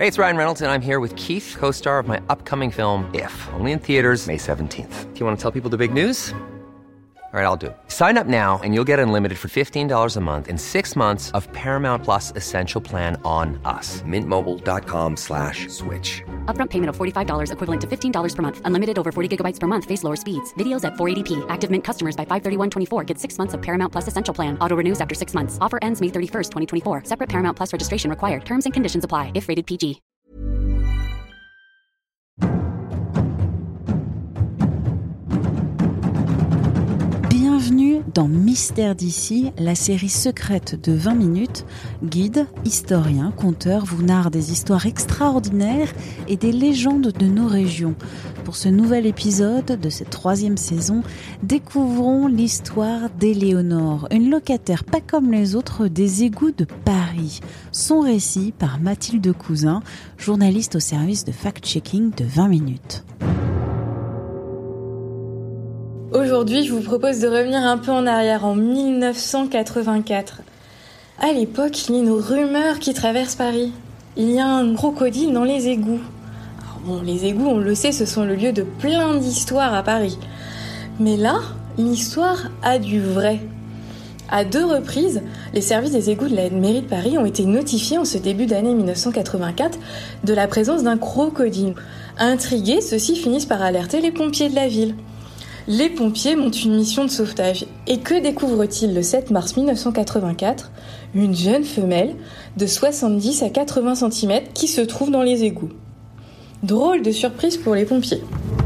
Hey, it's Ryan Reynolds, and I'm here with Keith, co-star of my upcoming film, If, only in theaters May 17th. Do you want to tell people the big news? All right, I'll do it. Sign up now and you'll get unlimited for $15 a month and 6 months of Paramount Plus Essential Plan on us. MintMobile.com/switch. Upfront payment of $45 equivalent to $15 per month. Unlimited over 40 gigabytes per month. Face lower speeds. Videos at 480p. Active Mint customers by 531.24 get 6 months of Paramount Plus Essential Plan. Auto renews after 6 months. Offer ends May 31st, 2024. Separate Paramount Plus registration required. Terms and conditions apply if rated PG. Bienvenue dans Mystère d'ici, la série secrète de 20 minutes. Guide, historien, conteur vous narre des histoires extraordinaires et des légendes de nos régions. Pour ce nouvel épisode de cette 3e saison, découvrons l'histoire d'Éléonore, une locataire pas comme les autres des égouts de Paris. Son récit par Mathilde Cousin, journaliste au service de fact-checking de 20 minutes. Aujourd'hui, je vous propose de revenir un peu en arrière, en 1984. À l'époque, il y a une rumeur qui traverse Paris. Il y a un crocodile dans les égouts. Alors bon, les égouts, on le sait, ce sont le lieu de plein d'histoires à Paris. Mais là, l'histoire a du vrai. À 2 reprises, les services des égouts de la mairie de Paris ont été notifiés en ce début d'année 1984 de la présence d'un crocodile. Intrigués, ceux-ci finissent par alerter les pompiers de la ville. Les pompiers montent une mission de sauvetage. Et que découvrent-ils le 7 mars 1984 ? Une jeune femelle de 70 à 80 cm qui se trouve dans les égouts. Drôle de surprise pour les pompiers.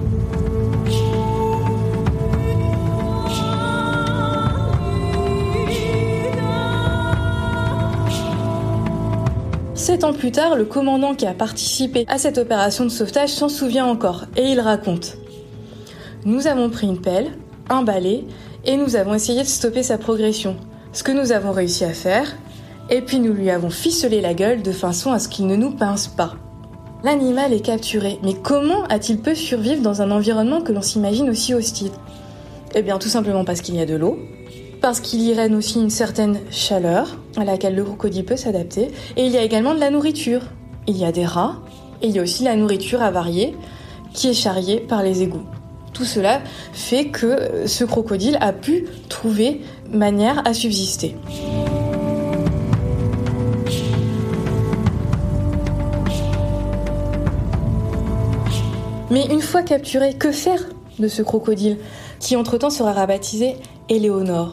Sept ans plus tard, le commandant qui a participé à cette opération de sauvetage s'en souvient encore et il raconte. Nous avons pris une pelle, un balai, et nous avons essayé de stopper sa progression. Ce que nous avons réussi à faire, et puis nous lui avons ficelé la gueule de façon à ce qu'il ne nous pince pas. L'animal est capturé, mais comment a-t-il pu survivre dans un environnement que l'on s'imagine aussi hostile ? Eh bien tout simplement parce qu'il y a de l'eau, parce qu'il y règne aussi une certaine chaleur à laquelle le crocodile peut s'adapter, et il y a également de la nourriture. Il y a des rats, et il y a aussi la nourriture avariée qui est charriée par les égouts. Tout cela fait que ce crocodile a pu trouver manière à subsister. Mais une fois capturé, que faire de ce crocodile qui entre-temps sera rebaptisé Éléonore ?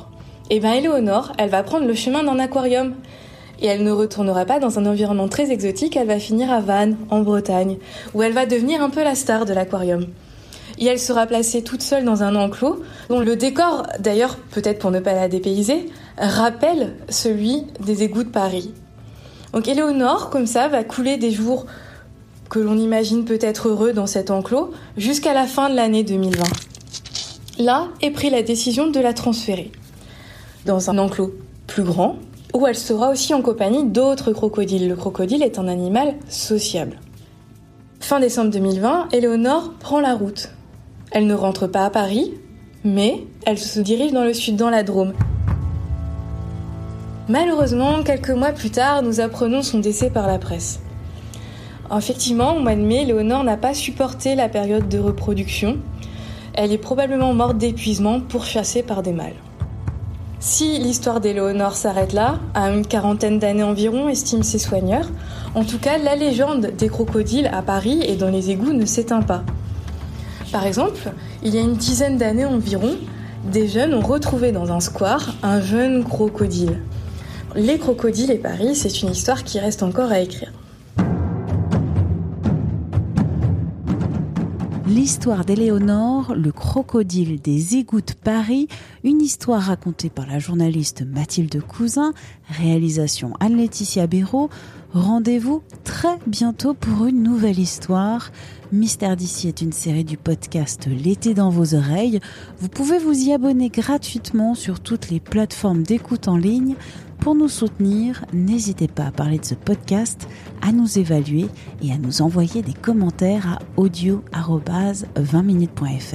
Eh bien Éléonore, elle va prendre le chemin d'un aquarium. Et elle ne retournera pas dans un environnement très exotique, elle va finir à Vannes, en Bretagne, où elle va devenir un peu la star de l'aquarium. Et elle sera placée toute seule dans un enclos, dont le décor, d'ailleurs, peut-être pour ne pas la dépayser, rappelle celui des égouts de Paris. Donc Éléonore, comme ça, va couler des jours que l'on imagine peut-être heureux dans cet enclos, jusqu'à la fin de l'année 2020. Là est prise la décision de la transférer dans un enclos plus grand, où elle sera aussi en compagnie d'autres crocodiles. Le crocodile est un animal sociable. Fin décembre 2020, Éléonore prend la route. Elle ne rentre pas à Paris, mais elle se dirige dans le sud, dans la Drôme. Malheureusement, quelques mois plus tard, nous apprenons son décès par la presse. Effectivement, au mois de mai, Éléonore n'a pas supporté la période de reproduction. Elle est probablement morte d'épuisement pourchassée par des mâles. Si l'histoire d'Éléonore s'arrête là, à une 40aine d'années environ, estiment ses soigneurs, en tout cas, la légende des crocodiles à Paris et dans les égouts ne s'éteint pas. Par exemple, il y a une 10aine d'années environ, des jeunes ont retrouvé dans un square un jeune crocodile. Les crocodiles et Paris, c'est une histoire qui reste encore à écrire. L'histoire d'Éléonore, le crocodile des égouts de Paris, une histoire racontée par la journaliste Mathilde Cousin, réalisation Anne-Laetitia Béraud. Rendez-vous très bientôt pour une nouvelle histoire. Mystère d'ici est une série du podcast L'été dans vos oreilles. Vous pouvez vous y abonner gratuitement sur toutes les plateformes d'écoute en ligne. Pour nous soutenir, n'hésitez pas à parler de ce podcast, à nous évaluer et à nous envoyer des commentaires à audio@20minutes.fr.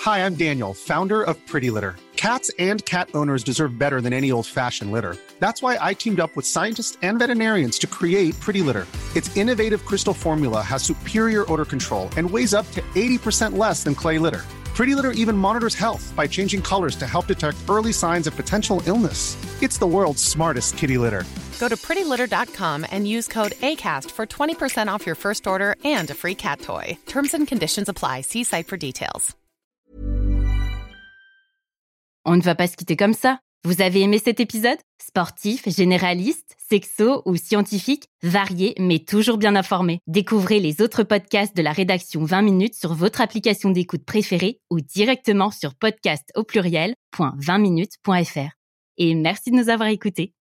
Hi, I'm Daniel, founder of Pretty Litter. Cats and cat owners deserve better than any old-fashioned litter. That's why I teamed up with scientists and veterinarians to create Pretty Litter. Its innovative crystal formula has superior odor control and weighs up to 80% less than clay litter. Pretty Litter even monitors health by changing colors to help detect early signs of potential illness. It's the world's smartest kitty litter. Go to prettylitter.com and use code ACAST for 20% off your first order and a free cat toy. Terms and conditions apply. See site for details. On ne va pas se quitter comme ça. Vous avez aimé cet épisode ? Sportif, généraliste, sexo ou scientifique, varié mais toujours bien informé. Découvrez les autres podcasts de la rédaction 20 minutes sur votre application d'écoute préférée ou directement sur podcast@20minutes.fr. Et merci de nous avoir écoutés.